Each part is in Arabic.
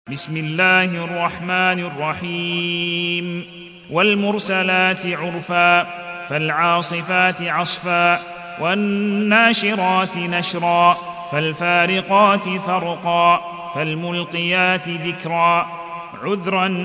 بسم الله الرحمن الرحيم والمرسلات عرفا فالعاصفات عصفا والناشرات نشرا فالفارقات فرقا فالملقيات ذكرا عذرا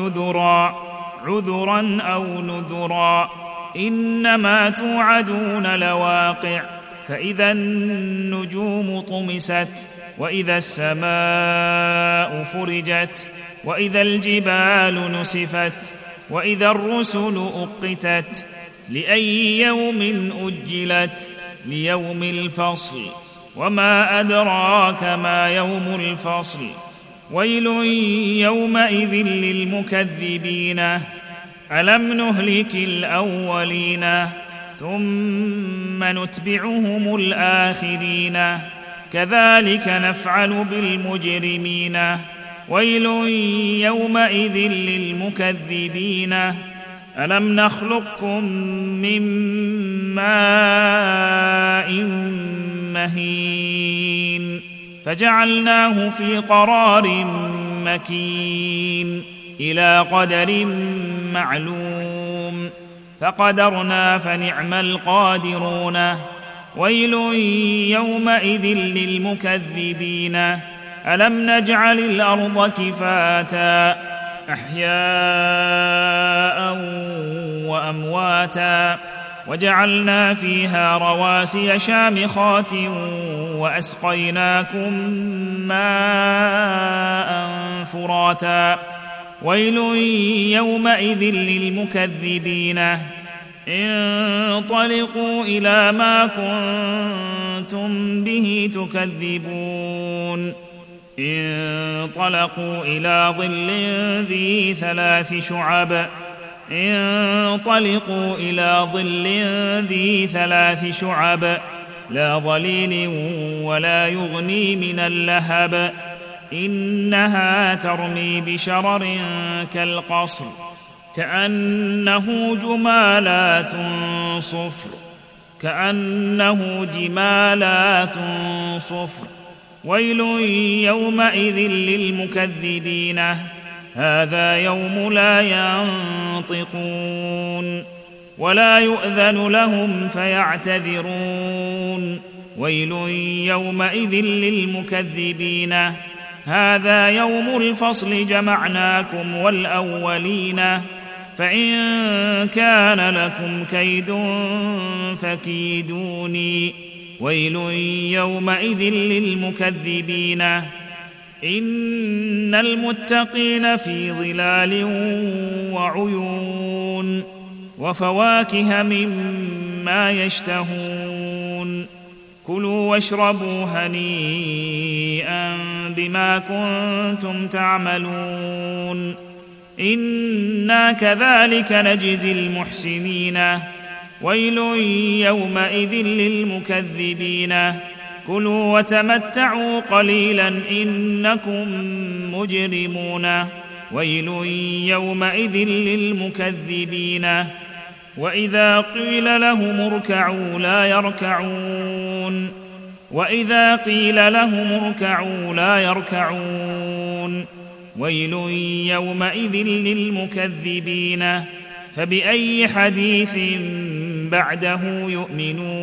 أو نذرا إنما توعدون لواقع فإذا النجوم طمست وإذا السماء فرجت وإذا الجبال نسفت وإذا الرسل أقتت لأي يوم أجلت ليوم الفصل وما أدراك ما يوم الفصل ويل يومئذ للمكذبين ألم نهلك الأولين ثم نتبعهم الآخرين كذلك نفعل بالمجرمين ويل يومئذ للمكذبين ألم نخلقكم من ماء مهين فجعلناه في قرار مكين إلى قدر معلوم فقدرنا فنعم القادرون ويل يومئذ للمكذبين ألم نجعل الأرض كفاتا أحياء وأمواتا وجعلنا فيها رواسي شامخات وأسقيناكم ماء فراتا ويل يومئذ للمكذبين انطلقوا إلى ما كنتم به تكذبون انطلقوا إلى ظل ذي 3 شعب انطلقوا إلى ظل ذي 3 شعب لا ظليل ولا يغني من اللهب إنها ترمي بشرر كالقصر كأنه جمالات صفر ويل يومئذ للمكذبين هذا يوم لا ينطقون ولا يؤذن لهم فيعتذرون ويل يومئذ للمكذبين هذا يوم الفصل جمعناكم والأولين فإن كان لكم كيد فكيدوني ويل يومئذ للمكذبين إن المتقين في ظلال وعيون وفواكه مما يشتهون كلوا واشربوا هنيئا بما كنتم تعملون إنا كذلك نجزي المحسنين ويل يومئذ للمكذبين كلوا وتمتعوا قليلا إنكم مجرمون ويل يومئذ للمكذبين وإذا قيل لهم اركعوا لا يركعون ويل يومئذ للمكذبين فبأي حديث بعده يؤمنون